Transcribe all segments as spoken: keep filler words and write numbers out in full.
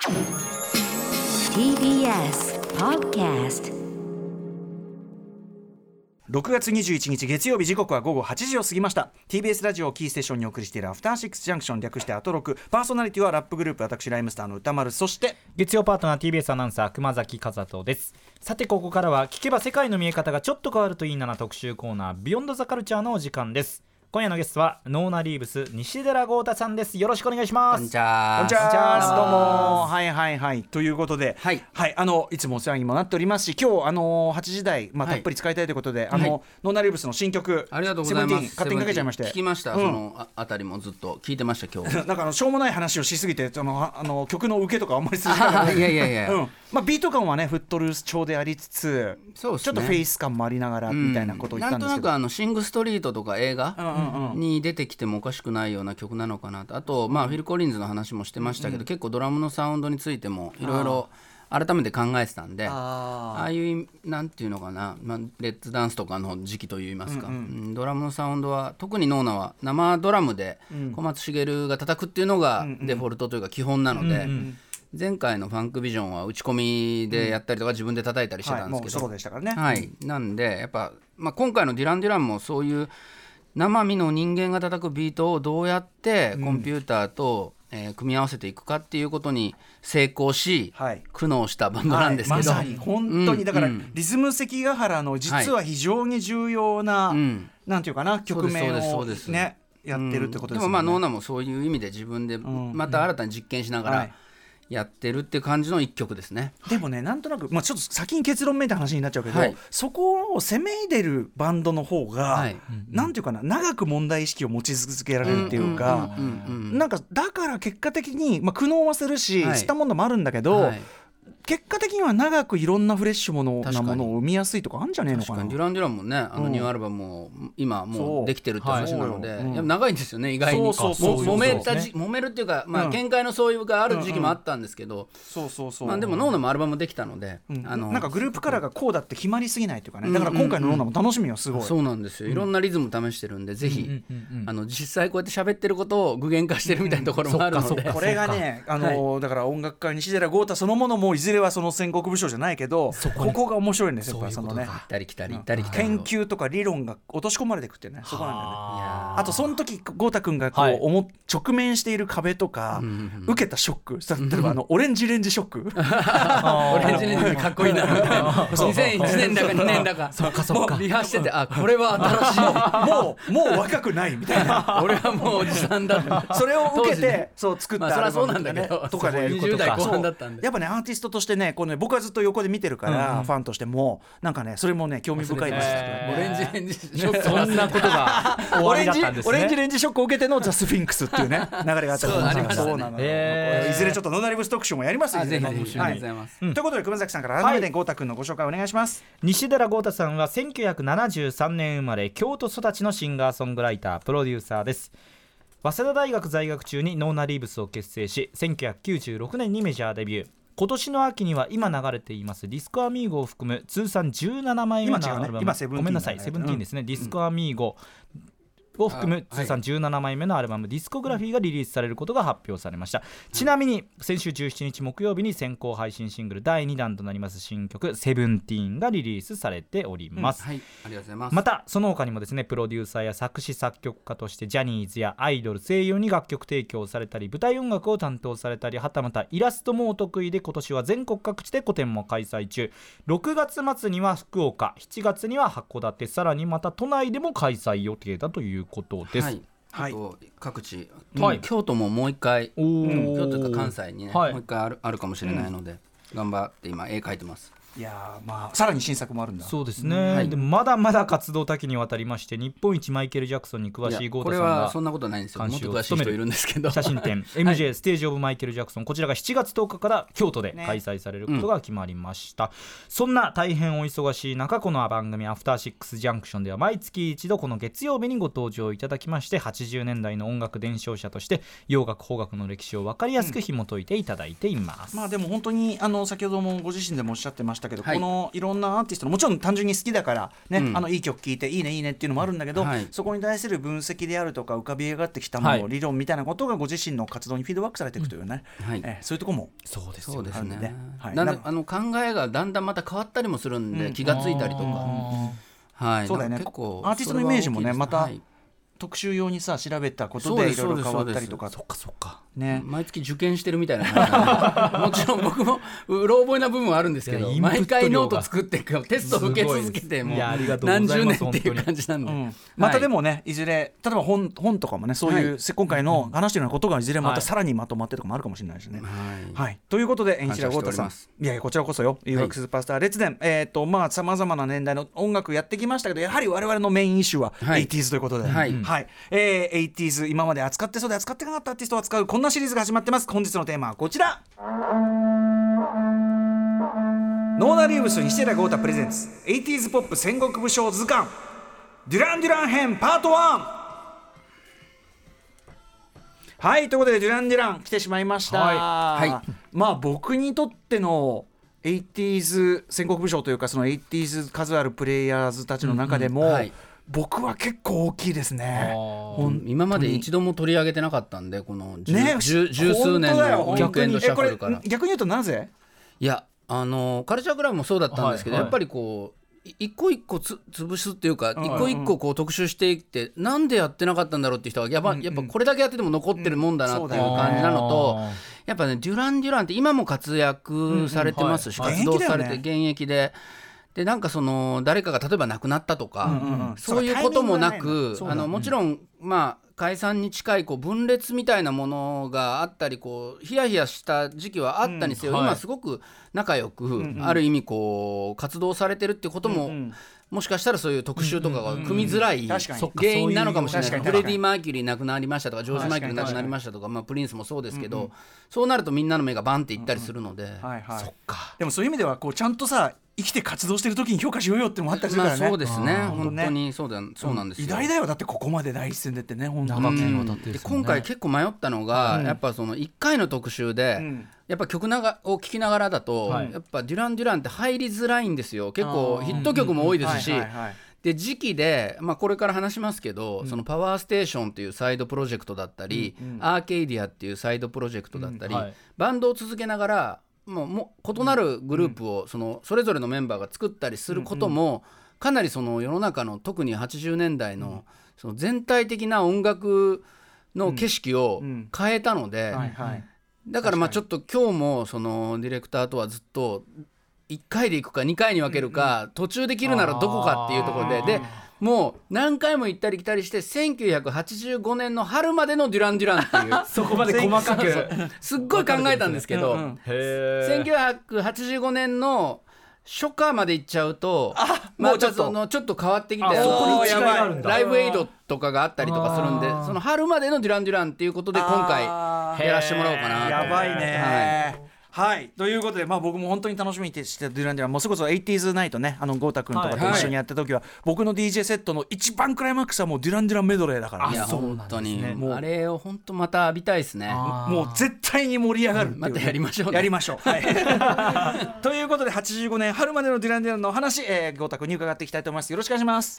ティービーエス Podcast。 ろくがつにじゅういちにち月曜日、時刻は午後はちじを過ぎました。 ティービーエス ラジオをキーステーションにお送りしているアフターシックスジャンクション、略してアトロク。パーソナリティはラップグループ私ライムスターの歌丸、そして月曜パートナー ティービーエス アナウンサー熊崎和人です。さてここからは聞けば世界の見え方がちょっと変わるといいなな特集コーナー、ビヨンドザカルチャーのお時間です。今夜のゲストはノーナリーブス西寺豪太さんです。よろしくお願いします。 こんにちは。 こんにちは。どうも。はいはいはい。ということで、 はい、 はい、あのいつもお世話にもなっておりますし、今日あのはちじ台、まあ、たっぷり使いたいということで、はい、あの、はい、ノーナリーブスの新曲、 ありがとうございます。 勝手にかけちゃいまして、 聞きました。 うん、 その あ, あたりもずっと聞いてました今日。 なんかあのしょうもない話をしすぎて、あのあの曲の受けとかあんまりするから、 いやいやいや、うん、 まあ、ビート感はねフットルース調でありつつ、 そうですね、 ちょっとフェイス感もありながらみたいなことを言ったんですけど、 なんとなくあのシングストリートとか映画に出てきてもおかしくないような曲なのかなと。あと、まあ、フィル・コリンズの話もしてましたけど、うん、結構ドラムのサウンドについてもいろいろ改めて考えてたんで、 あ, ああいうなんていうのかな、まあ、レッツダンスとかの時期といいますか、うんうん、ドラムのサウンドは特にノーナは生ドラムで小松茂が叩くっていうのがデフォルトというか基本なので、うんうん、前回のファンクビジョンは打ち込みでやったりとか自分で叩いたりしてたんですけど、はい、もうソロでしたからね、はい、なんでやっぱ、まあ、今回のディラン・デュランもそういう生身の人間が叩くビートをどうやってコンピューターと、うんえー、組み合わせていくかっていうことに成功し、はい、苦悩したバンドなんですけど、 はい、まさに本当にだから、うん、リズム関ヶ原の実は非常に重要な、はい、なんていうかな局面をねやってるってことですよね、うん、でもまあノーナもそういう意味で自分でまた新たに実験しながら、うんはいやってるっていう感じの一曲ですね。 でもねなんとなく、まあ、ちょっと先に結論めいた話になっちゃうけど、はい、そこを攻め入れるバンドの方が、はい、なんていうかな長く問題意識を持ち続けられるっていうか、なんかだから結果的に、まあ、苦悩はするし、はい、したものもあるんだけど、はい結果的には長くいろんなフレッシュものなものを生みやすいとかあるんじゃねえのかな。 確かにデュラン・デュランもねあのニューアルバムも今もうできてるって話なので、はいうん、長いんですよね意外に。揉めたじ揉めるっていうか、まあ、見解の相違がある時期もあったんですけど、でもノーナもアルバムできたので、 うん、あのなんかグループカラーがこうだって決まりすぎないというかね、だから今回のノーナも楽しみはすごい、うんうん、 そうなんですよ。いろんなリズム試してるんで、うん、ぜひ、うんうんうん、あの実際こうやって喋ってることを具現化してるみたいなところもあるので、 これがねあの、はい、だから音楽家西寺豪太そのものもいずれはその戦国武将じゃないけどここが面白いんですよ。やっぱそのね行ったり来たり行ったり来たり研究とか理論が落とし込まれていくっていうね、そこなんだよね。あとその時豪太くんがこう、はい、直面している壁とか、うんうん、受けたショック、例えばあのオレンジレンジショックオレンジレンジかっこいいなにせんいちねんだかにねんだかそうかそうかもうリハしてて、あこれは新しいもうもう若くないみたいな俺はもうおじさんだそれを受けてそう作ったアルバムとかね、まあ、そりゃそうなんだけどとかでにじゅう代後半だったんで、 やっぱねアーティストとしてねこのね僕はずっと横で見てるから、うんうん、ファンとしてもなんかねそれもね興味深いです、 えー、オレンジレンジショックそんなことが終わりだったんですね。 オレンジレンジショックを受けてのザ・スフィンクスっていうね流れがあったと思います。そうなの、えー、いずれちょっとノーナリブス特集もやります。 ぜひぜひ、はい、ありがとうございます、 うん、ということで熊崎さんから改めて豪太くんのご紹介お願いします、 はい、西寺豪太さんはせんきゅうひゃくななじゅうさんねん生まれ京都育ちのシンガーソングライタープロデューサーです。早稲田大学在学中にノーナリーブスを結成しせんきゅうひゃくきゅうじゅうろくねんにメジャーデビュー。今年の秋には今流れていますディスコアミーゴを含む通算じゅうななまいめのアルバム、 今違うね、 ごめんなさいセブンティーンですね、うん、ディスコアミーゴを含む通算じゅうななまいめのアルバム、はい、ディスコグラフィーがリリースされることが発表されました、うん、ちなみに先週じゅうしちにち木曜日に先行配信シングルだいにだんとなります新曲セブンティーンがリリースされております、 うんはい、ありがとうございます。 またその他にもですねプロデューサーや作詞作曲家としてジャニーズやアイドル声優に楽曲提供されたり舞台音楽を担当されたりはたまたイラストもお得意で今年は全国各地で個展も開催中。ろくがつ末には福岡、しちがつには函館、さらにまた都内でも開催予定だということです。 はいあと各地、はい、京都ももう一回、うん、京都とか関西にね、はい、もう一回ある、あるかもしれないので、うん、頑張って今絵描いてます。 いやまあさらに新作もあるんだ。 そうですね、うんはい、でもまだまだ活動多岐にわたりまして日本一マイケル・ジャクソンに詳しい豪太さんが、これはそんなことないんですよ、もっと詳しい人いるんですけど写真展エムジェー ステージオブマイケル・ジャクソン、こちらがしちがつとおかから京都で開催されることが決まりました、ねうん、そんな大変お忙しい中この番組アフターシックスジャンクションでは毎月一度この月曜日にご登場いただきまして、はちじゅうねんだいの音楽伝承者として洋楽邦楽の歴史を分かりやすく紐解いていただいています、 うん、まあでも本当にあの先ほどもご自身でもおっしゃってましたしたけど、 はい、 このいろんなアーティストのもちろん単純に好きだからね、うん、あのいい曲聴いていいねいいねっていうのもあるんだけど、はい、そこに対する分析であるとか浮かび上がってきたもの、はい、理論みたいなことがご自身の活動にフィードバックされていくというね、うんはい、えー、そういうところもそうですよね、あるんでね、 はい、 なんであの考えがだんだんまた変わったりもするんで、うん、気がついたりとか、はい、 そうだよね、結構アーティストのイメージもねまた、はい、特集用にさ調べたことでいろいろ変わったりとか、 そっかそっか、ね、毎月受験してるみたいな感じもちろん僕もうろ覚えな部分はあるんですけど、毎回ノート作ってテストを受け続けてもう何十年っていう感じなんで、うんはい、 またでもねいずれ例えば 本, 本とかもねそういう、はい、今回の話してるようなことがいずれまたさらにまとまってとかもあるかもしれないしね、はいはい、ということで西田豪太さん、いやいやこちらこそよ、留学スーパースター列伝、はい、えーとまあさまざまな年代の音楽やってきましたけど、やはり我々のメインイシューは エイティーズ ということで、はいはいえーエイティーズ 今まで扱ってそうで扱ってなかったアーティストを扱うこんなシリーズが始まってます。本日のテーマはこちら、ノーナリウムス西寺豪太プレゼンツ エイティーズ ポップ戦国武将図鑑デュラン・デュラン編パートワン。はいということでデュラン・デュラン来てしまいました、はいはい、まあ僕にとってのエイティーズ 戦国武将というかその エイティーズ 数あるプレイヤーズたちの中でも、うんうんはい僕は結構大きいですね。 今まで一度も取り上げてなかったんでこの 十,、ね、十, 十数年のウィークエンドシャッフルから。 逆に言うとなぜ？ いやあのカルチャークラブもそうだったんですけど、はいはい、やっぱりこう一個一個つ潰すっていうか、うん、一個一個こう特集していって、うん、なんでやってなかったんだろうっていう人がやっぱ、うんうん、やっぱこれだけやってても残ってるもんだなっていう感じなのと、うん、やっぱねデュラン・デュランって今も活躍されてますし、うんうんはい、活動されて現役で。でなんかその誰かが例えば亡くなったとか、うんうんうん、そういうこともなくあのもちろん、まあ、解散に近いこう分裂みたいなものがあったりこうヒヤヒヤした時期はあったにせよ、うんはい、今すごく仲良く、うんうん、ある意味こう活動されてるってことも、うんうんもしかしたらそういう特集とかが組みづらい原因なのかもしれない。フレディ・マーキュリー亡くなりましたとかジョージ・マーキュリー亡くなりましたとか、まあ、プリンスもそうですけど、うんうん、そうなるとみんなの目がバンっていったりするので、うんうんはいはい、そっかでもそういう意味ではこうちゃんとさ生きて活動してる時に評価しようよってのもあったりするからね、 まあ、そうですね本当にそうだそうなんですよ、 うん、偉大だよだってここまで第一線でってね本当に長きにわたってですよね。 で今回結構迷ったのが、うん、やっぱそのいっかいの特集で、うんやっぱ曲なを聴きながらだと、はい、やっぱデュラン・デュランって入りづらいんですよ。結構ヒット曲も多いですしで時期で、まあ、これから話しますけど、うん、そのパワーステーションっていうサイドプロジェクトだったり、うんうん、アーケイディアっていうサイドプロジェクトだったり、うんはい、バンドを続けながらもうも異なるグループを、うん、そのそれぞれのメンバーが作ったりすることも、うんうん、かなりその世の中の特にはちじゅうねんだいの、うん、その全体的な音楽の景色を変えたので、うんうんはいはいだからまあちょっと今日もそのディレクターとはずっといっかいで行くかにかいに分けるか、うんうん、途中で切るならどこかっていうところででもう何回も行ったり来たりしてせんきゅうひゃくはちじゅうごねんの春までのデュラン・デュランっていうそこまで細かくすっごい考えたんですけど、うんうん、せんきゅうひゃくはちじゅうごねんの初夏まで行っちゃうともうちょっと、まあ、ちょっと変わってきてそこに違いがあるんだライブエイドとかがあったりとかするんでその春までのデュラン・デュランっていうことで今回やらせてもらおうかなと。 やばいね、はいはい、ということで、まあ、僕も本当に楽しみにしてデュラン・デュランもうそれこそ エイティーズ ナイトねあの豪太君とかと一緒にやった時は、はい、僕の ディージェー セットの一番クライマックスはもうデュラン・デュランメドレーだから、ね、 いや本当に、ね、もうあれを本当また浴びたいですね。 もう絶対に盛り上がるっていう、ね、 またやりましょう、ね、 やりましょう、はい、ということではちじゅうごねん春までのデュラン・デュランのお話、えー、豪太君に伺っていきたいと思います。よろしくお願いします。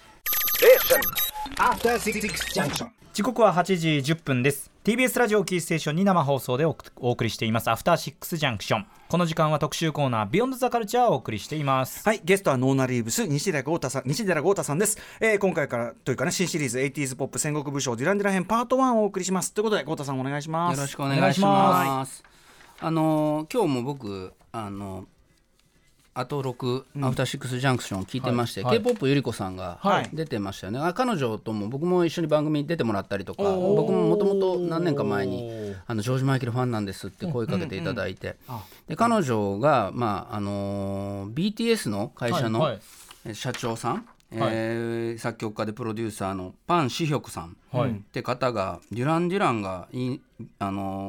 時刻ははちじじゅっぷんです。 ティービーエス ラジオキーステーションに生放送でお送りしていますアフターシックスジャンクション。この時間は特集コーナービヨンドザカルチャーをお送りしています。 はい、ゲストはノーナリーブス西寺豪太さん西寺豪太さんです、えー、今回からというかね新シリーズ エイティーズ ポップ戦国武将デュラン・デュラン編パートワンをお送りしますということで豪太さんお願いします。 よろしくお願いします。あのー、今日も僕あのーあとろく、うん、アフターシックスジャンクションを聞いてまして、はい、K-ポップ ゆり子さんが出てましたよね、はい、彼女とも僕も一緒に番組に出てもらったりとか僕ももともと何年か前にあのジョージ・マイケルファンなんですって声かけていただいて、うんうんうん、で彼女が、まああのー、ビーティーエス の会社の社長さん、はいえー、作曲家でプロデューサーのパン・シヒョクさんって方が、はい、デュラン・デュランがい、あのー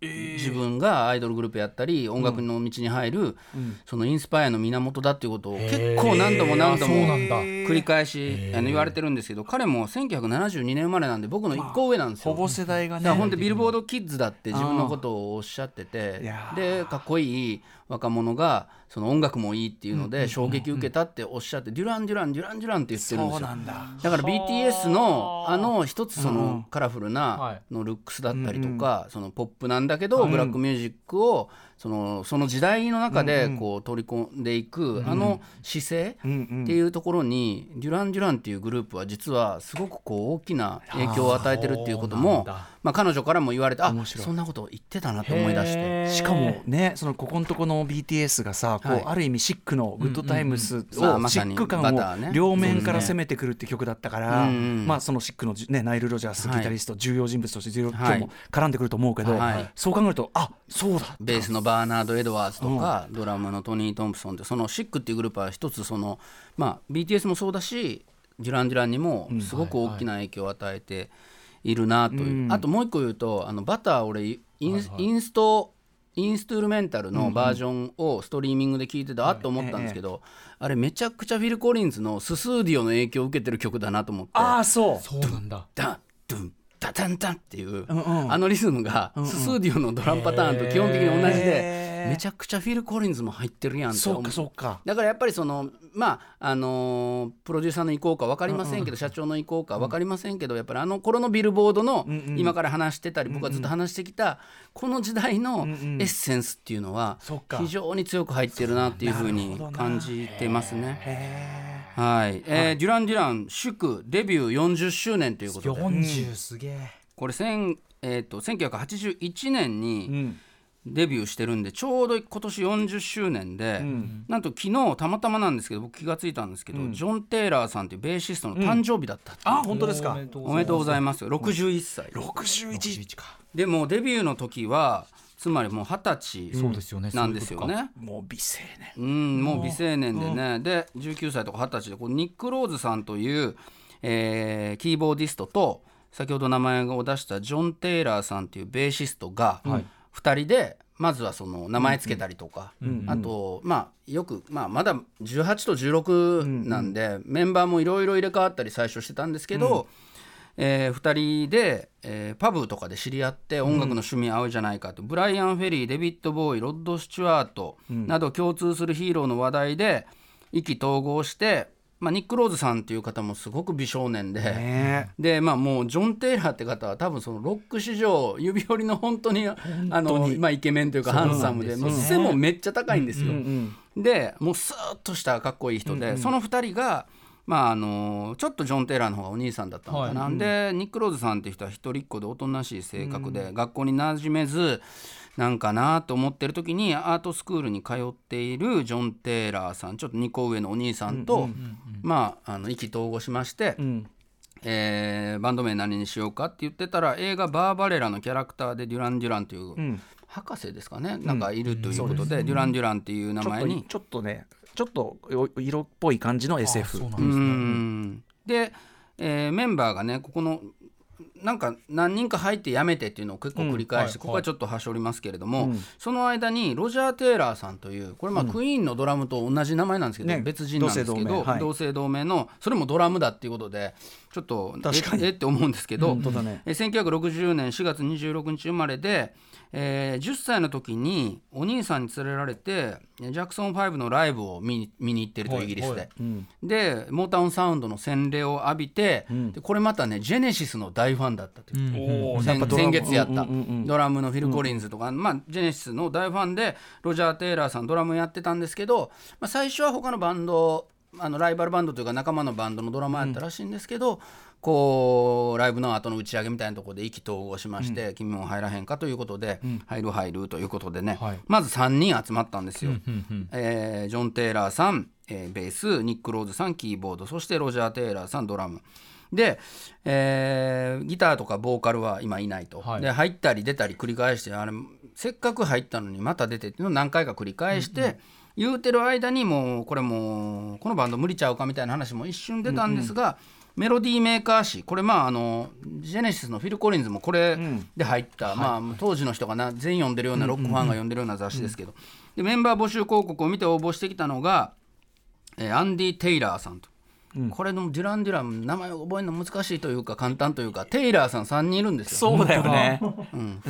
えー、自分がアイドルグループやったり音楽の道に入る、うん、そのインスパイアの源だっていうことを結構何度も何度も繰り返しあの言われてるんですけど、彼もせんきゅうひゃくななじゅうにねん生まれなんで僕のいっこ上なんですよ。 ほぼ世代がね。 だから本当ビルボードキッズだって自分のことをおっしゃってて、でかっこいい若者がその音楽もいいっていうので衝撃受けたっておっしゃって、デュランデュランデュランデュランって言ってるんですよ。 そうなんだ。 だから ビーティーエス のあの一つそのカラフルなのルックスだったりとか、そのポップなんだけどブラックミュージックをそのその時代の中でこう取り込んでいくあの姿勢っていうところにデュランデュランっていうグループは実はすごくこう大きな影響を与えてるっていうことも、まあ彼女からも言われて、あ、そんなこと言ってたなと思い出して、 しかもね、そのここのとこの ビーティーエス がさ、こうある意味シックのグッドタイムスをシック感を両面から攻めてくるって曲だったから、まあそのシックのねナイル・ロジャースギタリスト重要人物として今日も絡んでくると思うけど、そう考えるとあそうだ、 ベースのバーナード・エドワーズとか、うん、ドラムのトニー・トンプソンってそのシックっていうグループは一つその、まあ、ビーティーエス もそうだしデュラン・デュランにもすごく大きな影響を与えているなという、うん、あともう一個言うとあのバター俺イン、はいはい、インストインストゥルメンタルのバージョンをストリーミングで聴いてた、うん、あっと思ったんですけど、はい、あれめちゃくちゃフィル・コリンズのススーディオの影響を受けてる曲だなと思って、 ああそうそうなんだ、 ダンドゥンタタンタンっていう、うんうん、あのリズムがススーディオのドラムパターンと基本的に同じで、めちゃくちゃフィル・コリンズも入ってるやんって思う。 そうかそうか。 だからやっぱりそのまああのー、プロデューサーの意向か分かりませんけど、うんうん、社長の意向か分かりませんけど、やっぱりあの頃のビルボードの、うんうん、今から話してたり僕がずっと話してきた、うんうん、この時代のエッセンスっていうのは非常に強く入ってるなっていうふうに感じてますね。はい、えーはい、デュラン・デュラン祝デビューよんじゅっしゅうねんということで、 よんじゅうすげえ、 これ1000、えー、とせんきゅうひゃくはちじゅういちねんにデビューしてるんで、ちょうど今年よんじゅっしゅうねんで、うん、なんと昨日たまたまなんですけど僕気がついたんですけど、うん、ジョン・テイラーさんというベーシストの誕生日だったっていう、 うん、あ本当ですか。 おめでとうございます。ろくじゅういっさい、 ろくじゅういちか。 でもデビューの時はつまりもうはたちなんですよね。 もう美青年、 うん、もう美青年でね、でじゅうきゅうさいとかはたちでこうニック・ローズさんという、えー、キーボーディストと先ほど名前を出したジョン・テイラーさんというベーシストがふたりでまずはその名前つけたりとか、うんうん、あとまあよく、まあ、まだじゅうはちとじゅうろくなんで、うんうん、メンバーもいろいろ入れ替わったり最初してたんですけど、うんえー、ふたりで、えー、パブとかで知り合って音楽の趣味合うじゃないかと、うん、ブライアン・フェリー、デビッド・ボーイ、ロッド・スチュワートなど共通するヒーローの話題で意気投合して、まあ、ニック・ローズさんっていう方もすごく美少年で、ね、で、まあ、もうジョン・テイラーって方は多分そのロック史上指折りの本当にあの、まあ、イケメンというかハンサムで、もう背もめっちゃ高いんですよ、うんうんうん、でもうスーッとしたかっこいい人で、うんうん、そのふたりがまあ、あのちょっとジョン・テイラーの方がお兄さんだったのかな、はい、でニック・ローズさんっていう人は一人っ子でおとなしい性格で、うん、学校に馴染めずなんかなと思ってる時にアートスクールに通っているジョン・テイラーさん、ちょっとにこ上のお兄さんと、うんうんうんうん、まあ、あの意気投合しまして、うんえー、バンド名何にしようかって言ってたら、映画バーバレラのキャラクターでデュラン・デュランという、うん、博士ですかね、なんかいるということで、うん、デュラン・デュランっていう名前にちょっと、ちょっとねちょっと色っぽい感じの エスエフ。 そうなんですね。うんで、えー、メンバーがねここのなんか何人か入って辞めてっていうのを結構繰り返して、うんはい、ここはちょっとはしょりますけれども、うん、その間にロジャー・テイラーさんというこれまあクイーンのドラムと同じ名前なんですけど、うん、別人なんですけど、ね、同姓同名のそれもドラムだっていうことでちょっとええって思うんですけど、うんね、えせんきゅうひゃくろくじゅうねんしがつにじゅうろくにち生まれで、えー、じゅっさいの時にお兄さんに連れられてジャクソンファイブのライブを見に、見に行ってるとイギリスで、はいはいうん、でモータウンサウンドの洗礼を浴びて、うん、でこれまたねジェネシスの大ファンだったという、うん、先, 先月やった、うんうんうん、ドラムのフィル・コリンズとか、うんまあ、ジェネシスの大ファンでロジャー・テイラーさんドラムやってたんですけど、まあ、最初は他のバンドあのライバルバンドというか仲間のバンドのドラマーやったらしいんですけど、うん、こうライブの後の打ち上げみたいなところで意気投合しまして、うん、君も入らへんかということで、うん、入る入るということでね、はい、まずさんにん集まったんですよ、うんうんうんえー、ジョン・テイラーさん、えー、ベース、ニック・ローズさんキーボード、そしてロジャー・テイラーさんドラムで、えー、ギターとかボーカルは今いないと、はい、で入ったり出たり繰り返して、あれせっかく入ったのにまた出てっていうのを何回か繰り返して、うんうん言うてる間にもうこれもうこのバンド無理ちゃうかみたいな話も一瞬出たんですが、うんうんメロディーメーカー誌、これまああのジェネシスのフィル・コリンズもこれで入った、うんまあ、はい、当時の人がな全員読んでるようなロックファンが読んでるような雑誌ですけど、でメンバー募集広告を見て応募してきたのが、えー、アンディ・テイラーさんと、うん、これのデュラン・デュラン名前を覚えるの難しいというか簡単というか、テイラーさんさんにんいるんですよ。 そうだよね、 うんうん、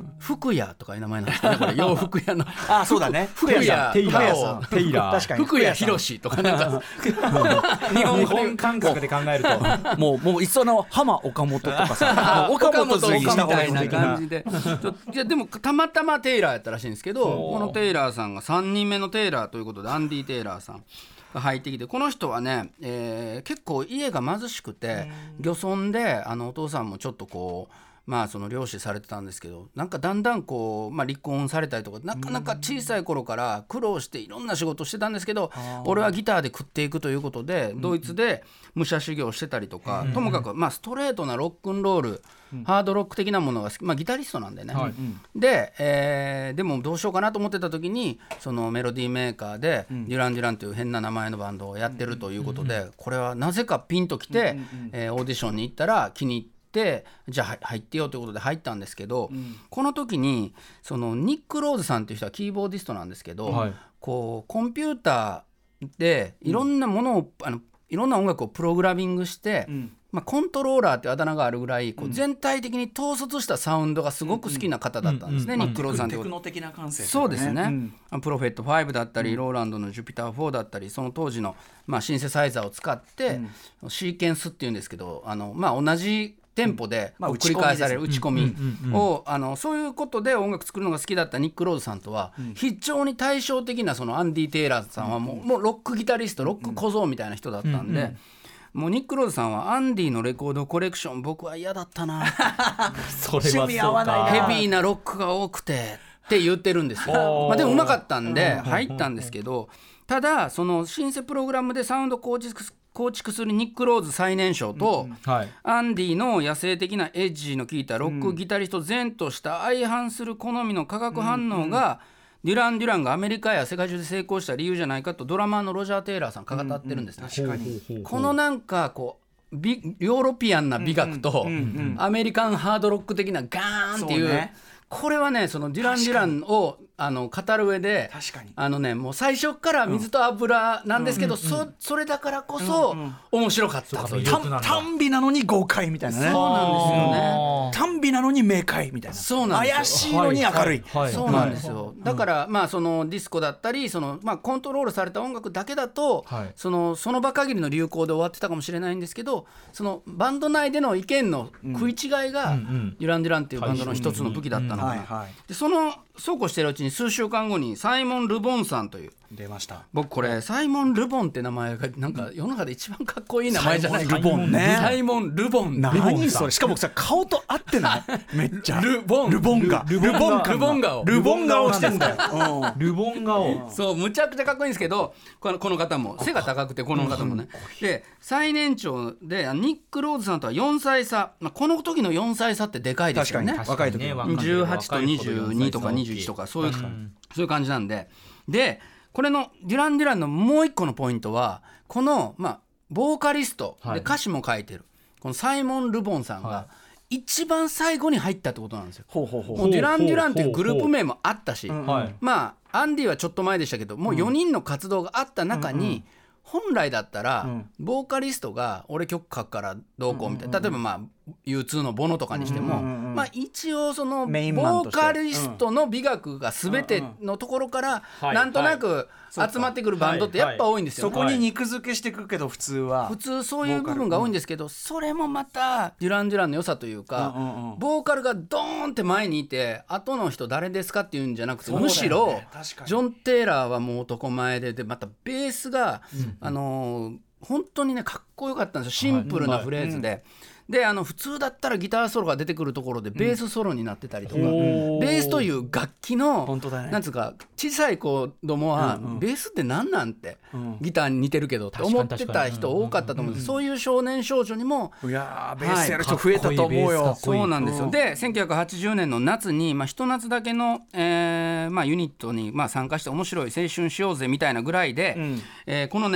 福屋とかいう名前なんですかね、これ洋服屋のあそうだね、 福屋テイラーテイラー確かに福屋博士とかなんか日本本感覚で考えるともうもういっその浜岡本とかさ岡本みたいな感じでいやでもたまたまテイラーやったらしいんですけど、このテイラーさんがさんにんめのテイラーということでアンディ・テイラーさんが入ってきて、この人はね、えー、結構家が貧しくて漁村であのお父さんもちょっとこうまあその漁師されてたんですけど、なんかだんだんこう、まあ、離婚されたりとかなかなか小さい頃から苦労していろんな仕事してたんですけど、俺はギターで食っていくということでドイツで武者修行してたりとか、ともかくまあストレートなロックンロールハードロック的なものが好き、まあ、ギタリストなんでね、はい、で、えー、でもどうしようかなと思ってた時にそのメロディーメーカーで、うん、デュラン・デュランという変な名前のバンドをやってるということで、うん、これはなぜかピンときて、うんえー、オーディションに行ったら気に入ってじゃあ入ってよということで入ったんですけど、うん、この時にそのニック・ローズさんという人はキーボーディストなんですけど、はい、こうコンピューターでいろんなものを、うん、あのいろんな音楽をプログラミングして、うんまあ、コントローラーってあだ名があるぐらいこう全体的に統率したサウンドがすごく好きな方だったんですね、うんうん、ニック・ローズさんってテクノ的な感性、ね、 そうですね、うん、プロフェットファイブだったり、うん、ローランドのジュピターフォーだったりその当時の、まあ、シンセサイザーを使って、うん、シーケンスっていうんですけどあの、まあ、同じテンポで繰り返される打ち込みをあのそういうことで音楽作るのが好きだったニック・ローズさんとは非常に対照的なそのアンディ・テイラーさんはもう、もうロックギタリストロック小僧みたいな人だったんで、もうニック・ローズさんはアンディのレコードコレクション僕は嫌だったなそれはそうか合わないな、ヘビーなロックが多くてって言ってるんですよ、まあ、でもうまかったんで入ったんですけど、ただそのシンセプログラムでサウンド構築構築するニック・ローズ最年少と、うんはい、アンディの野生的なエッジの効いたロックギタリスト前とした相反する好みの化学反応が、デュラン・デュランがアメリカや世界中で成功した理由じゃないかとドラマーのロジャー・テイラーさん語ってるんですね、 うんうん、確かにこのなんかこう美ヨーロピアンな美学と、うんうんうん、アメリカンハードロック的なガーンっていう、ね、これはねそのデュラン・デュランをあの語る上で確かにあのねもう最初から水と油なんですけど、うんうんうん、そ, それだからこそ、うんうん、面白かったという単美なのに豪快みたいなね、 そうなんですよね、 単美なのに明快みたいな、 そうなんですよ、 怪しいのに明るい、はいはいはい、 そうなんですよ、だから、まあ、そのディスコだったりその、まあ、コントロールされた音楽だけだと、はい、その、その場限りの流行で終わってたかもしれないんですけど、そのバンド内での意見の食い違いが、うん、デュラン・デュランっていうバンドの一つの武器だったのかな、でそのそうこうしてるうちに数週間後にサイモン・ルボンさんという出ました。 僕これサイモン・ルボンって名前がなんか世の中で一番かっこいい名前じゃないか、 ルボンね、 サイモン・ルボン、 何それ、しかもさ顔と合ってないめっちゃルボンルボンがルボンルボン顔ルボン顔してんだよルボン顔、 そうむちゃくちゃかっこいいんですけど、この、この方も背が高くてこの方もね、で最年長でニック・ローズさんとはよんさい差、まあ、この時のよんさい差ってでかいですよね、 若い時にじゅうはちとにじゅうにとかにじゅういちとかそういう、そういう感じなんで、でこれのデュラン・デュランのもう一個のポイントはこの、まあ、ボーカリストで歌詞も書いてる、はい、このサイモン・ルボンさんが一番最後に入ったってことなんですよ。 ほうほうほう、 もうデュラン・デュランっていうグループ名もあったし、まあアンディはちょっと前でしたけどもうよにんの活動があった中に、うんうんうん、本来だったら、うん、ボーカリストが俺曲書くからどうこうみたいな、例えばまあ ユーツー のボノとかにしても、うんうんうん、まあ一応そのボーカリストの美学が全てのところからなんとなく集まってくるバンドってやっぱ多いんですよ、 ね、そこに肉付けしてくるけど普通は普通そういう部分が多いんですけど、それもまたデュラン・デュランの良さというか、うんうんうん、ボーカルがドーンって前にいて後の人誰ですかっていうんじゃなくて、ね、むしろジョン・テイラーはもう男前で、でまたベースが、うん、あのー、本当にねかっこよかったんですよ、シンプルなフレーズで、はいはい、うん、であの普通だったらギターソロが出てくるところでベースソロになってたりとか、うん、ベースという楽器の、ね、なんつうか小さい子供は、うんうん、ベースって何なんて、うん、ギターに似てるけどって思ってた人多かったと思うんです、うんうんうん、そういう少年少女にもいやベースやる人増えたと思うよ、 はい、そうなんですよ。でせんきゅうひゃくはちじゅうねんの夏に、まあ、一夏だけの、えーまあ、ユニットに、まあ、参加して面白い青春しようぜみたいなぐらいで、うん、えー、このね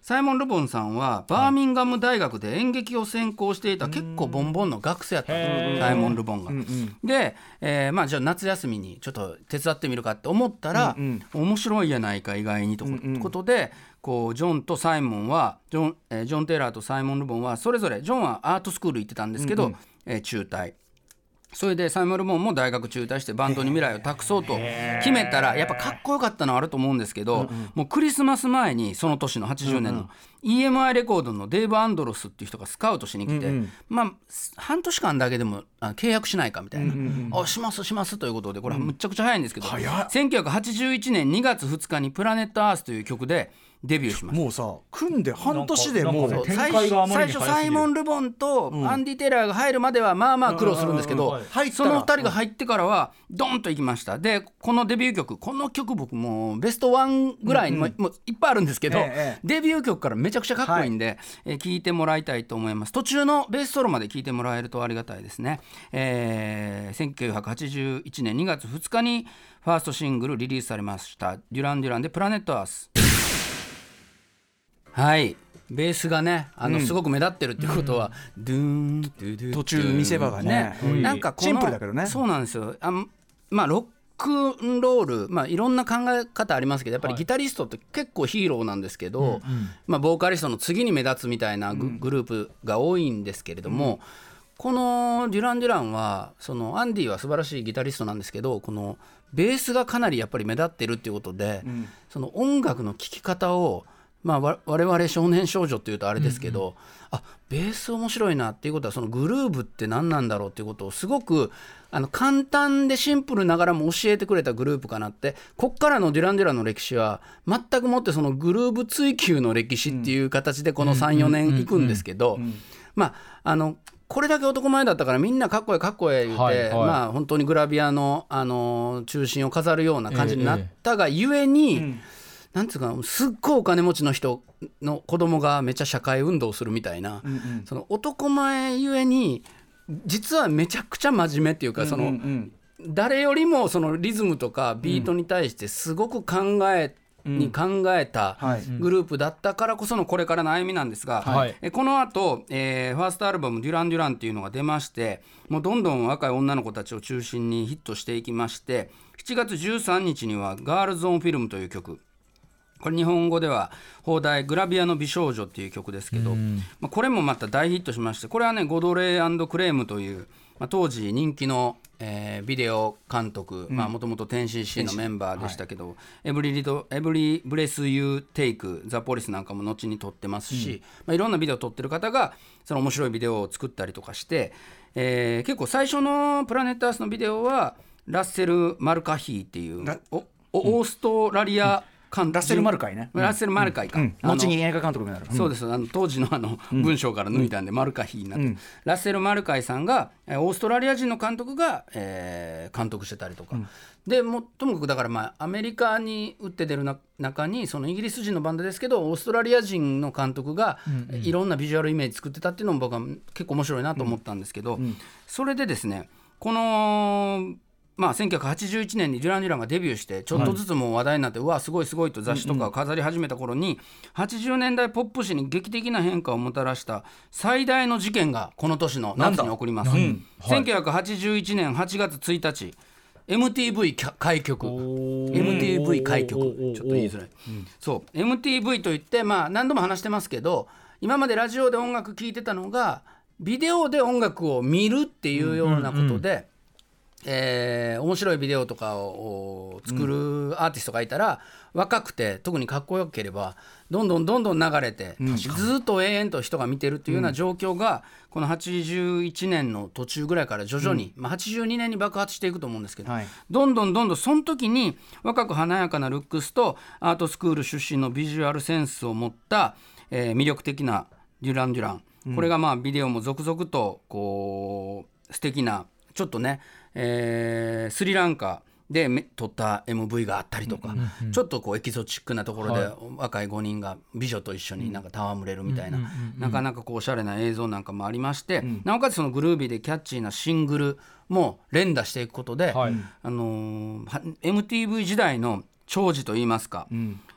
サイモン・ルボンさんはバーミンガム大学で演劇を専攻していた結構ボンボンの学生やったんです、サイモン・ルボンが、うんうん、で、えーまあ、じゃあ夏休みにちょっと手伝ってみるかって思ったら、うんうん、面白いやないか意外にということで、うんうん、こうジョンとサイモンはジョン、えー、ジョン・テイラーとサイモン・ルボンはそれぞれジョンはアートスクール行ってたんですけど、うんうん、えー、中退、それでサイモン・ルボンも大学中退してバンドに未来を託そうと決めたらやっぱかっこよかったのはあると思うんですけど、うんうん、もうクリスマス前にその年のはちじゅうねんの、うんうん、イーエムアイ レコードのデーブ・アンドロスっていう人がスカウトしに来て、うんうん、まあ半年間だけでもあ契約しないかみたいな、うんうんうん、あしますしますということでこれはむちゃくちゃ早いんですけど、うん、せんきゅうひゃくはちじゅういちねんにがつふつかにプラネットアースという曲でデビューしました。 もうさ組んで半年でもう最初サイモン・ルボンとアンディ・テイラーが入るまではまあまあ苦労するんですけど、そのふたりが入ってからはドンといきました。でこのデビュー曲この曲僕もうベストワンぐらいにも、うんうん、もういっぱいあるんですけど、ええ、デビュー曲からめちゃくちゃかっこいいんで、はい、えー、聴いてもらいたいと思います。途中のベースソロまで聴いてもらえるとありがたいですね。えー、せんきゅうひゃくはちじゅういちねんにがつふつかにファーストシングルリリースされましたデュラン・デュランでプラネットアース。はい、ベースがねあの、うん、すごく目立ってるっていうことは、うん、ドゥーンドゥドゥドゥ途中見せ場が ね, ね、 うん、なんかこのシンプルだけどね。 そうなんですよ。あ、まあロックンロール、まあ、いろんな考え方ありますけどやっぱりギタリストって結構ヒーローなんですけど、はい、まあ、ボーカリストの次に目立つみたいな グ,、うん、グループが多いんですけれども、うん、このデュラン・デュランはそのアンディは素晴らしいギタリストなんですけどこのベースがかなりやっぱり目立ってるっていうことで、うん、その音楽の聴き方をまあ、我々少年少女っていうとあれですけど、うんうん、あベース面白いなっていうことはそのグルーブって何なんだろうっていうことをすごくあの簡単でシンプルながらも教えてくれたグループかなって。こっからのデュラン・デュランの歴史は全くもってそのグルーブ追求の歴史っていう形でこの さん,よ 年いくんですけど、まああのこれだけ男前だったからみんなかっこええかっこええ言って、はいはい、まあ本当にグラビア の, あの中心を飾るような感じになったがゆえに、ええ、うん、なんつうかすっごいお金持ちの人の子供がめっちゃ社会運動するみたいな、うんうん、その男前ゆえに実はめちゃくちゃ真面目っていうか、うんうんうん、その誰よりもそのリズムとかビートに対してすごく考えに考えたグループだったからこそのこれからの歩みなんですが、はい、えこの後、えー、ファーストアルバムデュラン・デュランっていうのが出ましてもうどんどん若い女の子たちを中心にヒットしていきましてしちがつじゅうさんにちにはガールズ・オン・フィルムという曲、これ日本語では邦題グラビアの美少女っていう曲ですけど、まあ、これもまた大ヒットしましてこれはねゴドレー&クレームという、まあ、当時人気の、えー、ビデオ監督もともと テンシーシー のメンバーでしたけど、はい、エブリリドエブリブレスユーテイクザポリスなんかも後に撮ってますし、うんまあ、いろんなビデオを撮ってる方がその面白いビデオを作ったりとかして、えー、結構最初のプラネットアースのビデオはラッセル・マルカヒーっていうおオーストラリア、 うん、ラッセル・マルカイね、 ラッセル・マルカイか、 うんうん、後に映画監督になる、 うん、そうです。あの当時のあの文章から抜いたんで、うん、マルカヒになって、うん、ラッセル・マルカイさんがオーストラリア人の監督が、えー、監督してたりとか、うん、でもともかくだから、まあ、アメリカに打って出るな中にそのイギリス人のバンドですけどオーストラリア人の監督が、うんうん、いろんなビジュアルイメージ作ってたっていうのも僕は結構面白いなと思ったんですけど、うんうん、それでですねこのまあ、せんきゅうひゃくはちじゅういちねんにデュラン・デュランがデビューしてちょっとずつもう話題になって、はい、うわすごいすごいと雑誌とかを飾り始めた頃に、うんうん、はちじゅうねんだいポップ史に劇的な変化をもたらした最大の事件がこの年の夏に起こります、うんはい、せんきゅうひゃくはちじゅういちねんはちがつついたち エムティーブイ 開局 エムティーブイ 開局ちょっと言いづらい、うん、そう エムティーブイ といって、まあ、何度も話してますけど今までラジオで音楽聴いてたのがビデオで音楽を見るっていうようなことで、うんうんうんえー、面白いビデオとかを作るアーティストがいたら、うん、若くて特にかっこよければどんどんどんどん流れて、うん、ずっと永遠と人が見てるっていうような状況が、うん、このはちじゅういちねんの途中ぐらいから徐々に、うんまあ、はちじゅうにねんに爆発していくと思うんですけど、はい、どんどんどんどんその時に若く華やかなルックスとアートスクール出身のビジュアルセンスを持った、えー、魅力的なデュラン・デュラン、うん、これがまあビデオも続々とこう素敵なちょっとねえー、スリランカで撮った エムブイ があったりとか、うんうんうん、ちょっとこうエキゾチックなところで若いごにんが美女と一緒になんか戯れるみたいな、うんうんうんうん、なかなかこうおしゃれな映像なんかもありまして、うん、なおかつそのグルービーでキャッチーなシングルも連打していくことで、はいあのー、エムティーブイ 時代の寵児といいますか、うん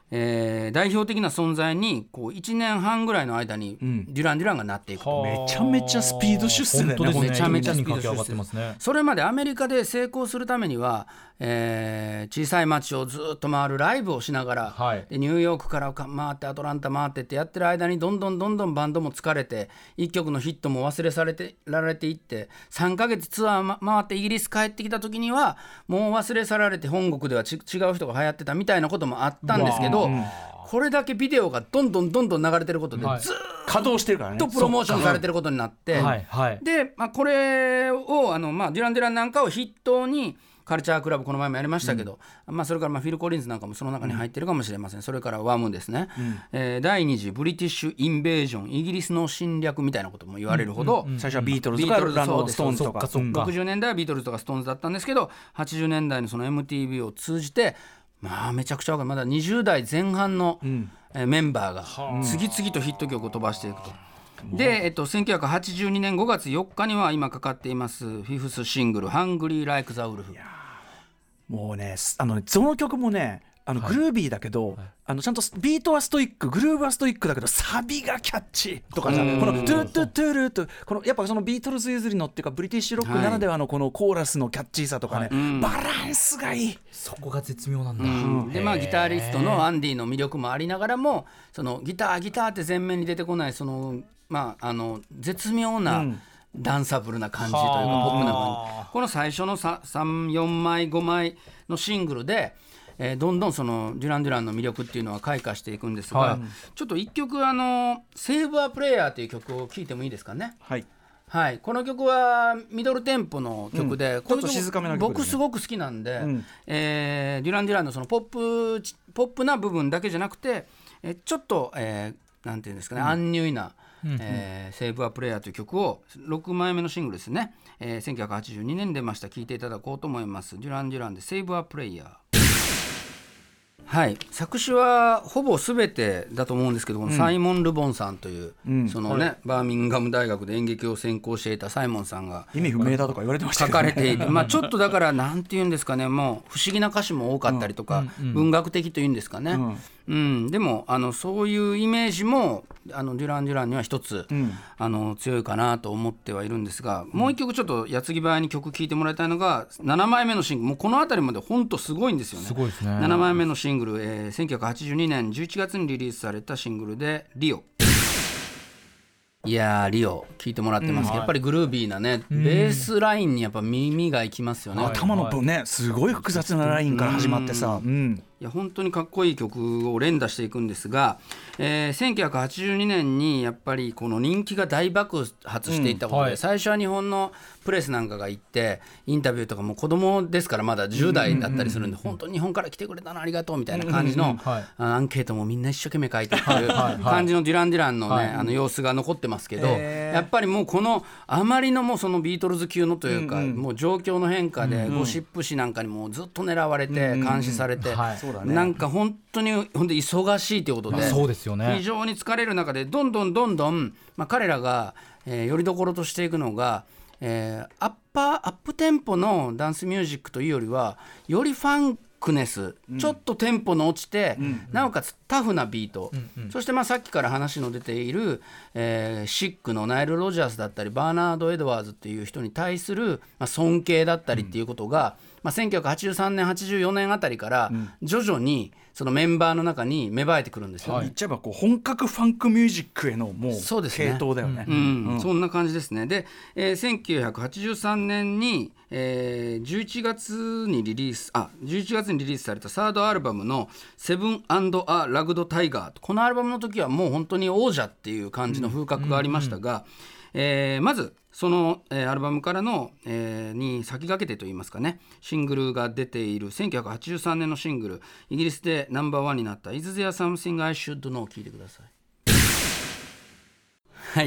えー、代表的な存在にこういちねんはんぐらいの間にデュラン・デュランがなっていくと、 うん、めちゃめちゃスピード出世だよね。 ねめちゃめちゃスピード出世上がってますね。 それまでアメリカで成功するためには、えー、小さい街をずっと回るライブをしながら、はい、でニューヨークから回ってアトランタ回ってってやってる間にどんどんどんどんバンドも疲れていっきょくのヒットも忘れされてられていってさんかげつツアー回ってイギリス帰ってきた時にはもう忘れ去られて本国ではち違う人が流行ってたみたいなこともあったんですけど、これだけビデオがどんどんどんどん流れてることで、はい、ずっと稼働してるからね、 プロモーションされてることになって、 はいはい、 で、まあ、これをあの、まあ、デュラン・デュランなんかを筆頭にカルチャークラブこの前もやりましたけど、うんまあ、それからまあフィル・コリンズなんかもその中に入ってるかもしれません、うん、それからワムですね、うんえー、第二次ブリティッシュ・インベージョンイギリスの侵略みたいなことも言われるほど、 うんうんうん、最初はビートルズとかラノーストーンズとかろくじゅうねんだいはビートルズとかストーンズだったんですけどはちじゅうねんだいのその エムティービー を通じてまあめちゃくちゃ若いまだにじゅうだいぜん半の、うんえー、メンバーが次々とヒット曲を飛ばしていくと。で、えっと、せんきゅうひゃくはちじゅうにねんごがつよっかには今かかっていますフィフスシングル「ハングリー・ライク・ザ・ウルフ」。 もうねあのその曲もねあのグルービーだけど、はいはい、あのちゃんとビートはストイックグルーブはストイックだけどサビがキャッチとかさこのトゥトゥトゥルトゥこのやっぱそのビートルズ譲りのっていうかブリティッシュロックならではのこのコーラスのキャッチーさとかね、はい、バランスがいい。 そこが絶妙なんだ、 うんでまあ、ギタリストのアンディの魅力もありながらもそのギターギターって前面に出てこないその、まあ、あの絶妙な、うんダンサブルな感じというかポップな感じこの最初のさん、よんまいごまいのシングルで、えー、どんどんそのデュラン・デュランの魅力っていうのは開花していくんですが、はい、ちょっと一曲あのセーブ・ア・プレイヤーという曲を聴いてもいいですかね。 はいはい、この曲はミドルテンポの曲で、うん、 ちょっと静かめな曲で、ね、 僕すごく好きなんで、うんえー、デュラン・デュランのそのポップポップな部分だけじゃなくて、えー、ちょっと、えー、なんていうんですかね、うん、アンニュイなうんうんえー、セーブ・ア・プレイヤーという曲をろくまいめのシングルですね、えー、せんきゅうひゃくはちじゅうにねん出ました。聴いていただこうと思います。デュラン・デュランでセーブ・ア・プレイヤー。はい、作詞はほぼ全てだと思うんですけど、このサイモン・ルボンさんという、うん、そのね、はい、バーミンガム大学で演劇を専攻していたサイモンさんが意味不明だとか言われてましたけど、ね、 書かれていて、まあ、ちょっとだからなんていうんですかねもう不思議な歌詞も多かったりとか、うんうんうん、文学的というんですかね、うんうん、でもあのそういうイメージもあのデュラン・デュランには一つ、うん、あの強いかなと思ってはいるんですが、もう一曲ちょっと矢継ぎ早に曲聴いてもらいたいのがななまいめのシングル。もうこの辺りまで本当すごいんですよね。 すごいですね。 ななまいめのシングル、えー、せんきゅうひゃくはちじゅうにねんじゅういちがつにリリースされたシングルでリオ。いやーリオ聴いてもらってますけど、うん、やっぱりグルービーなね、うん、ベースラインにやっぱ耳がいきますよね、 はい、頭の分ねすごい複雑なラインから始まってさ、うんうんいや本当にかっこいい曲を連打していくんですが、えー、せんきゅうひゃくはちじゅうにねんにやっぱりこの人気が大爆発していったことで、うんはい、最初は日本のプレスなんかが行ってインタビューとかも子供ですからまだじゅうだいだったりするんで、うんうんうん、本当に日本から来てくれたのありがとうみたいな感じの、うんうんうんはい、アンケートもみんな一生懸命書いてっていう感じのデュラン・デュランの、ねはい、あの様子が残ってますけど、やっぱりもうこのあまりのもうそのビートルズ級のというか、うんうん、もう状況の変化でゴシップ誌なんかにもずっと狙われて監視されて、うんうんうんはいなんか本当に本当に忙しいということで、 そうですよね、 非常に疲れる中でどんどんどんどん、まあ、彼らが、えー、よりどころとしていくのが、えー、アッパーアップテンポのダンスミュージックというよりはよりファンクネス、うん、ちょっとテンポの落ちて、うん、なおかつタフなビート、うんうん、そしてまあさっきから話の出ている、えー、シックのナイル・ロジャースだったりバーナード・エドワーズっていう人に対する、まあ、尊敬だったりっていうことが、うんまあ、せんきゅうひゃくはちじゅうさんねんはちじゅうよねんあたりから徐々にそのメンバーの中に芽生えてくるんですよ、 はい、言っちゃえばこう本格ファンクミュージックへのもう系統だよね。 うんうんうん、そんな感じですね。で、えー、せんきゅうひゃくはちじゅうさんねんに、えー、じゅういちがつにリリースあじゅういちがつにリリースされたサードアルバムのセブン&ア・ラグド・タイガー。このアルバムの時はもう本当に王者っていう感じの風格がありましたが、うんうんうんえー、まずその、えー、アルバムからの、えー、に先駆けてといいますかねシングルが出ているせんきゅうひゃくはちじゅうさんねんのシングルイギリスでナンバーワンになった Is There Something I Should Know 聞いてください。はい、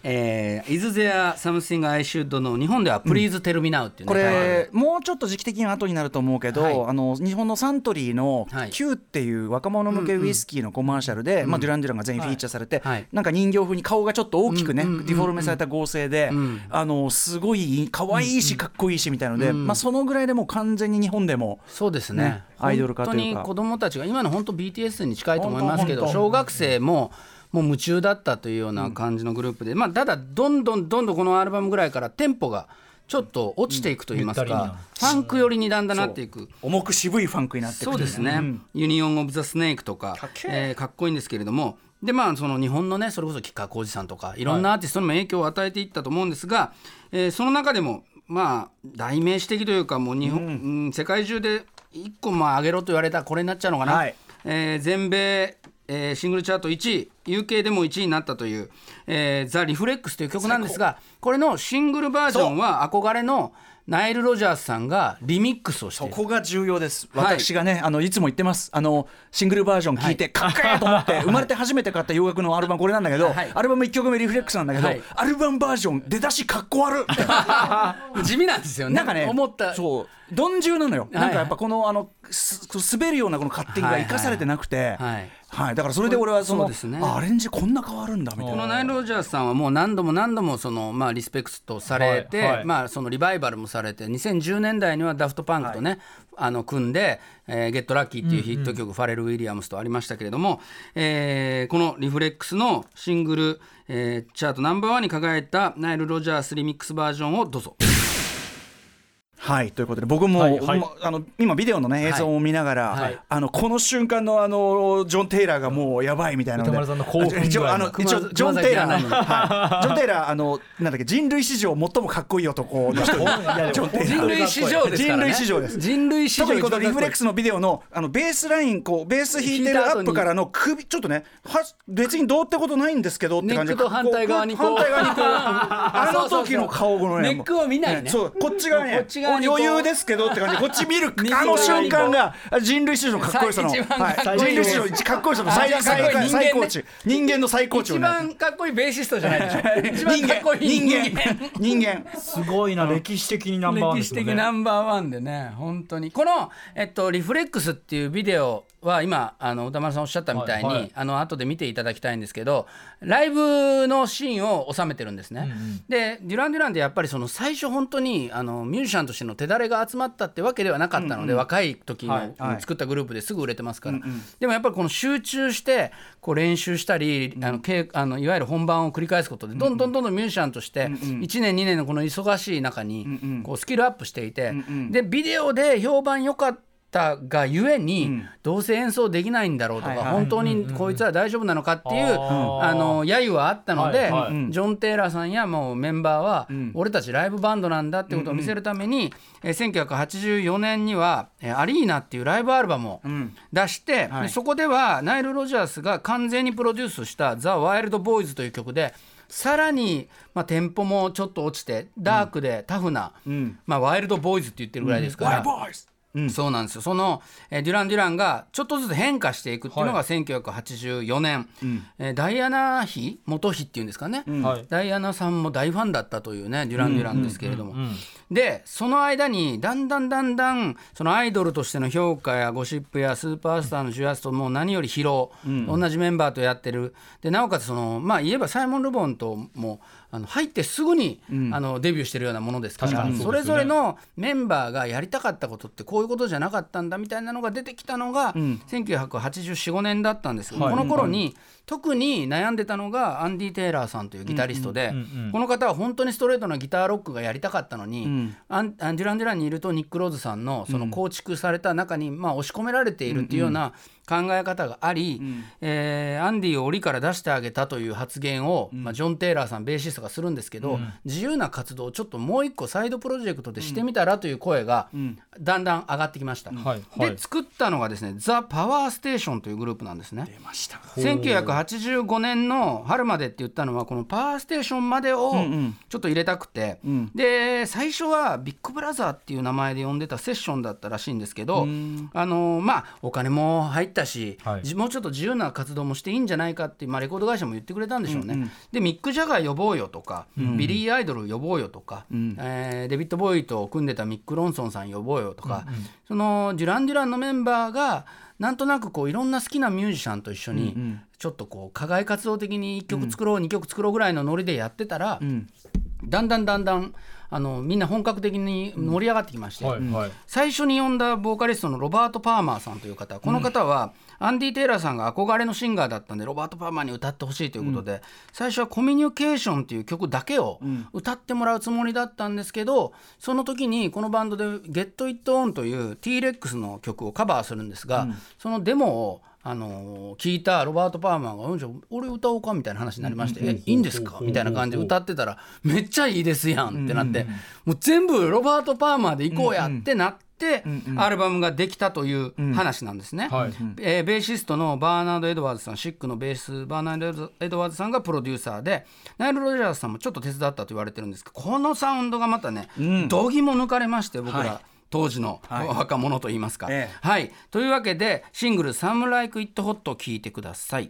えー、Is there something I should know 日本では Please tell me now っていう、ね、 これもうちょっと時期的に後になると思うけど、はい、あの日本のサントリーの Q っていう若者向けウイスキーのコマーシャルで、うんうんまあ、デュラン・デュランが全員フィーチャーされて、はい、なんか人形風に顔がちょっと大きくね、うんうんうんうん、ディフォルメされた合成で、うん、あのすごい可愛いしかっこいいしみたいので、うんうんまあ、そのぐらいでもう完全に日本でも、ね、 そうですねアイドル化というか本当に子供たちが今の本当 ビーティーエス に近いと思いますけど小学生ももう夢中だったというような感じのグループで、まあ、ただどんどんどんどんこのアルバムぐらいからテンポがちょっと落ちていくといいますか、うん、ファンク寄りにだんだんなっていく重く渋いファンクになっていくそうですね、うん、ユニオン・オブ・ザ・スネークとかかっ,、えー、かっこいいんですけれどもで、まあ、その日本のねそれこそ吉川晃司さんとかいろんなアーティストにも影響を与えていったと思うんですが、はいえー、その中でもまあ代名詞的というかもう日本、うんうん、世界中でいっこまあ上げろと言われたらこれになっちゃうのかな、はいえー、全米えー、シングルチャートいちい ユーケー でもいちいになったという、えー、ザ・リフレックスという曲なんですがこれのシングルバージョンは憧れのナイル・ロジャースさんがリミックスをしているそこが重要です。私がね、はい、あのいつも言ってますあのシングルバージョン聞いて、はい、かっこいいと思って生まれて初めて買った洋楽のアルバムこれなんだけど、はい、アルバムいっきょくめリフレックスなんだけど、はい、アルバムバージョン出だしかっこ悪地味なんですよねなんかね思ったそう鈍重なのよ、はい、なんかやっぱこのあの滑るようなこのカッティングが生かされてなくて、はいはいはいはい、だからそれで俺はそのそ、ね、アレンジこんな変わるんだみたいなこのナイル・ロジャースさんはもう何度も何度もその、まあ、リスペクトされて、はいはいまあ、そのリバイバルもされてにせんじゅうねんだいにはダフトパンクとね、はい、あの組んで、えー、ゲットラッキーっていうヒット曲、うんうん、ファレル・ウィリアムスとありましたけれども、えー、このリフレックスのシングル、えー、チャートナンバーワンに輝いたナイル・ロジャースリミックスバージョンをどうぞ。 はいということで僕も、はいはい、あの今ビデオの、ね、映像を見ながら、はい、あのこの瞬間のあのジョン・テイラーがもうやばいみたいなので歌丸さんの興奮一応あの一応ジョン・テイラー、はい、ジョン・テイラーあのなんだっけ人類史上最もかっこいい男の人ジョン・テイラー人類史上ですからね人類史上です人類史上特にこのリフレックスのビデオのあのベースラインこうベース弾いてるアップからの首ちょっとねは別にどうってことないんですけどって感じでネックと反対側にこう反対側にこうあの時の顔のねネックを見ないねそうこっち側ねこっち側に余裕ですけどって感じこっち見るあの瞬間が人類史上のかっこよさの、はい、人類史上一かっこよさの最高値人間の最高値を、 ね、一番かっこいいベーシストじゃないでしょ一番かっこいい人間人間すごいな歴史的にナンバーワンですよね歴史的ナンバーワンでね本当にこの、えっと、リフレックスっていうビデオは今あの歌丸さんおっしゃったみたいに、はいはい、あの後で見ていただきたいんですけどライブのシーンを収めてるんですね、うんうん、でデュラン・デュランってやっぱりその最初本当にあのミュージシャンとしての手だれが集まったってわけではなかったので、うんうん、若い時の、はいはい、作ったグループですぐ売れてますから、うんうん、でもやっぱりこの集中してこう練習したり、うん、あのあのいわゆる本番を繰り返すことでどんどんどんどんミュージシャンとしていちねんにねんのこの忙しい中にこうスキルアップしていて、うんうん、でビデオで評判良かったがゆえに、うん、どうせ演奏できないんだろうとか、はいはい、本当にこいつは大丈夫なのかっていう、うん、あの揶揄はあったので、はいはい、ジョン・テイラーさんやもうメンバーは、うん、俺たちライブバンドなんだってことを見せるために、うんうん、せんきゅうひゃくはちじゅうよねんにはアリーナっていうライブアルバムを出して、うんはい、そこではナイル・ロジャースが完全にプロデュースしたザ・ワイルド・ボーイズという曲でさらに、まあ、テンポもちょっと落ちてダークでタフな、うんまあ、ワイルド・ボーイズって言ってるぐらいですから、うんうん、そうなんですよその、えー、デュラン・デュランがちょっとずつ変化していくっていうのがせんきゅうひゃくはちじゅうよねん、うんえー、ダイアナ妃元妃っていうんですかね、うん、ダイアナさんも大ファンだったというねデュラン・デュランですけれども、うんうんうんうん、でその間にだんだんだんだんそのアイドルとしての評価やゴシップやスーパースターの重圧ともう何より疲労、うん、同じメンバーとやってるでなおかつそのまあ言えばサイモン・ルボンともあの入ってすぐに、うん、あのデビューしてるようなものですから、うん、それぞれのメンバーがやりたかったことってこういうことじゃなかったんだみたいなのが出てきたのが、うん、せんきゅうひゃくはちじゅうよん、ごねんだったんですけど、はい、この頃に、うん、特に悩んでたのがアンディ・テイラーさんというギタリストで、うんうんうん、この方は本当にストレートなギターロックがやりたかったのに、うん、アンデュラン・デュランにいるとニック・ローズさんのその構築された中に、まあ、押し込められているっていうような考え方があり、うんえー、アンディを檻から出してあげたという発言を、うんまあ、ジョン・テイラーさんベーシストがするんですけど、うん、自由な活動をちょっともう一個サイドプロジェクトでしてみたらという声がだんだん上がってきました、うん、で作ったのがですねザ・パワーステーションというグループなんですね。 出ました。 せんきゅうひゃくはちじゅうごねんの春までって言ったのはこのパワーステーションまでをちょっと入れたくて、うんうん、で最初はビッグブラザーっていう名前で呼んでたセッションだったらしいんですけど、うん、あのまあお金も入っったし、 はい、 もうちょっと自由な活動もしていいんじゃないかって、まあ、レコード会社も言ってくれたんでしょうね、うんうん、でミック・ジャガー呼ぼうよとか、うん、ビリー・アイドル呼ぼうよとか、うんえー、デビッド・ボーイと組んでたミック・ロンソンさん呼ぼうよとか、うんうん、そのデュラン・デュランのメンバーがなんとなくこういろんな好きなミュージシャンと一緒にちょっとこう課外活動的にいっきょく作ろう、うん、にきょく作ろうぐらいのノリでやってたら、うん、だんだんだんだんあのみんな本格的に盛り上がってきまして、うんはいはい、最初に呼んだボーカリストのロバート・パーマーさんという方、この方はアンディ・テイラーさんが憧れのシンガーだったんでロバート・パーマーに歌ってほしいということで、うん、最初はコミュニケーションという曲だけを歌ってもらうつもりだったんですけど、その時にこのバンドで Get It On という T レックスの曲をカバーするんですが、うん、そのデモをあのー、聞いたロバート・パーマーが、うん、じゃあ俺歌おうかみたいな話になりまして、うん、えいいんですかみたいな感じで歌ってたらめっちゃいいですやんってなって、うん、もう全部ロバート・パーマーで行こうやってなって、うんうん、アルバムができたという話なんですね、うんはいえー、ベーシストのバーナード・エドワーズさん、シックのベースバーナード・エドワーズさんがプロデューサーで、ナイル・ロジャースさんもちょっと手伝ったと言われてるんですけど、このサウンドがまたね、うん、度肝抜かれまして、僕ら、はい当時の若者といいますか、はいええはい、というわけでシングル Some Like It Hot を聴いてください。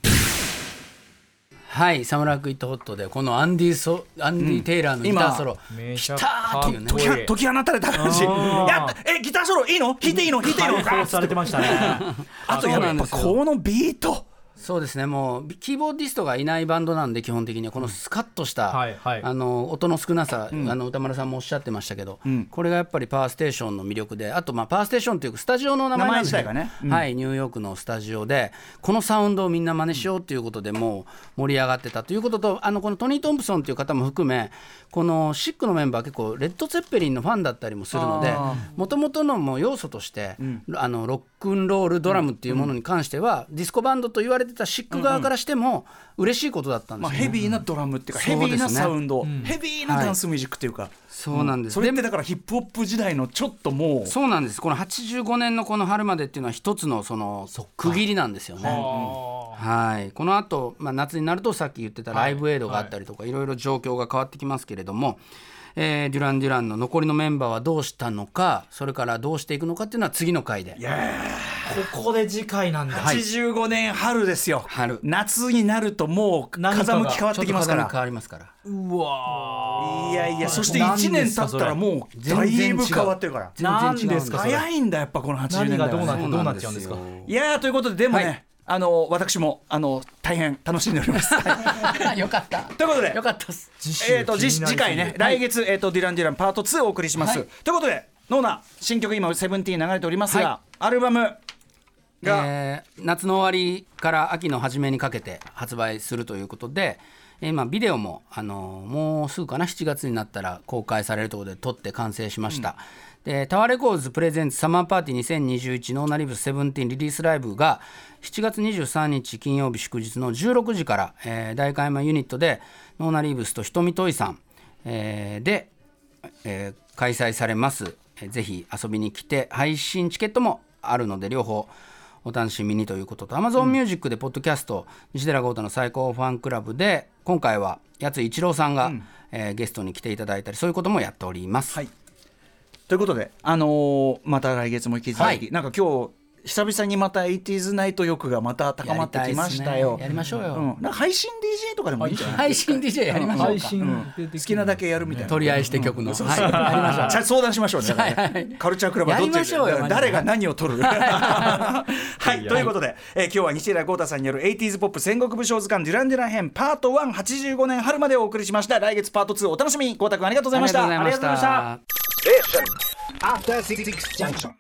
はい、Some Like It Hot でこのアンディソアンディ・テイラーのギターソロ、うん、きたーというね、 解き放たれた感じ。やったえギターソロいいの弾いていいの弾いていいの解放されてましたねあとやっぱこのビート、 そうですね、もうキーボーディストがいないバンドなんで基本的にはこのスカッとした、うんはいはい、あの音の少なさ、うん、あの歌丸さんもおっしゃってましたけど、うん、これがやっぱりパワーステーションの魅力で、あとまあパワーステーションというスタジオの名前なんですけど、ねうんはい、ニューヨークのスタジオでこのサウンドをみんな真似しようということでもう盛り上がってたということと、あのこのトニー・トンプソンという方も含めこのシックのメンバー結構レッド・ツェッペリンのファンだったりもするので、もともとのもう要素として、うん、あのロックンロールドラムっていうものに関しては、うん、ディスコバンドと言われてたシック側からしても嬉しいことだったんですよね、 まあ、ヘビーなドラムっていうか、ヘビーなサウンド、うん、ヘビーなダンスミュージックっていうか、はい、 そうなんです、 うん、それってだからヒップホップ時代のちょっともうそうなんです、このはちじゅうごねんのこの春までっていうのは一つのその区切りなんですよね、はい、この後、まあ、夏になるとさっき言ってたライブエイドがあったりとか、はいはい、いろいろ状況が変わってきますけれども、えー、デュラン・デュランの残りのメンバーはどうしたのか、それからどうしていくのかっていうのは次の回で。 いやここで次回なんだ。 はちじゅうごねん春ですよ、春夏になるともう風向き変わってきますから、 風向き変わりますから、 うわいやいや、そしていちねん経ったらもうだいぶ変わってるから、 全然違う。ですか早いんだやっぱこのはちじゅうねんだい、 何がどうな、どうなっちゃうんですか。 いやということででもね、はい、あの私もあの大変楽しんでおりますよかったということでよかったっす。 えーと次, 次回ね、はい、来月、えーとデュラン・デュランパートツーをお送りします、はい、ということでノーナ新曲今セブンティーン流れておりますが、はい、アルバムが、 えー、夏の終わりから秋の初めにかけて発売するということで、今ビデオも、あのー、もうすぐかなしちがつになったら公開されるということで撮って完成しました、うん、でタワーレコーズプレゼンツサマーパーティーにせんにじゅういちノーナリブスセブンティーンリリースライブがしちがつにじゅうさんにち金曜日祝日のじゅうろくじから、えー、代官山ユニットでノーナリブスとひとみといさん、えー、で、えー、開催されます、えー、ぜひ遊びに来て、配信チケットもあるので両方お楽しみにということと、 Amazon Music でポッドキャスト、うん、西寺豪太の最高ファンクラブで今回はやついちろうさんが、うんえー、ゲストに来ていただいたり、そういうこともやっております、 はい、ということで、あのー、また来月も引き続き、はい、なんか今日久々にまた エイティーズ ナイト欲がまた高まってきましたよ。 や, ね、やりましょうよ、 うん、なんか配信 ディージェー とかでもいいんじゃない配信 ディージェー やりましょうか、 配信、うん、 好きなだけやるみたいな、 取り合いして曲の、 うん、はい、やりましょう相談しましょうね、はいはい、カルチャークラブはどっち誰が何を取るはいということで、えー、今日は西寺豪太さんによる エイティーズ ポップ戦国武将図鑑デュランデュラン編パートワン、はちじゅうごねん春までお送りしました。来月パートツーお楽しみに。豪太君ありがとうございました。 ありがとうございました。 After Six Junction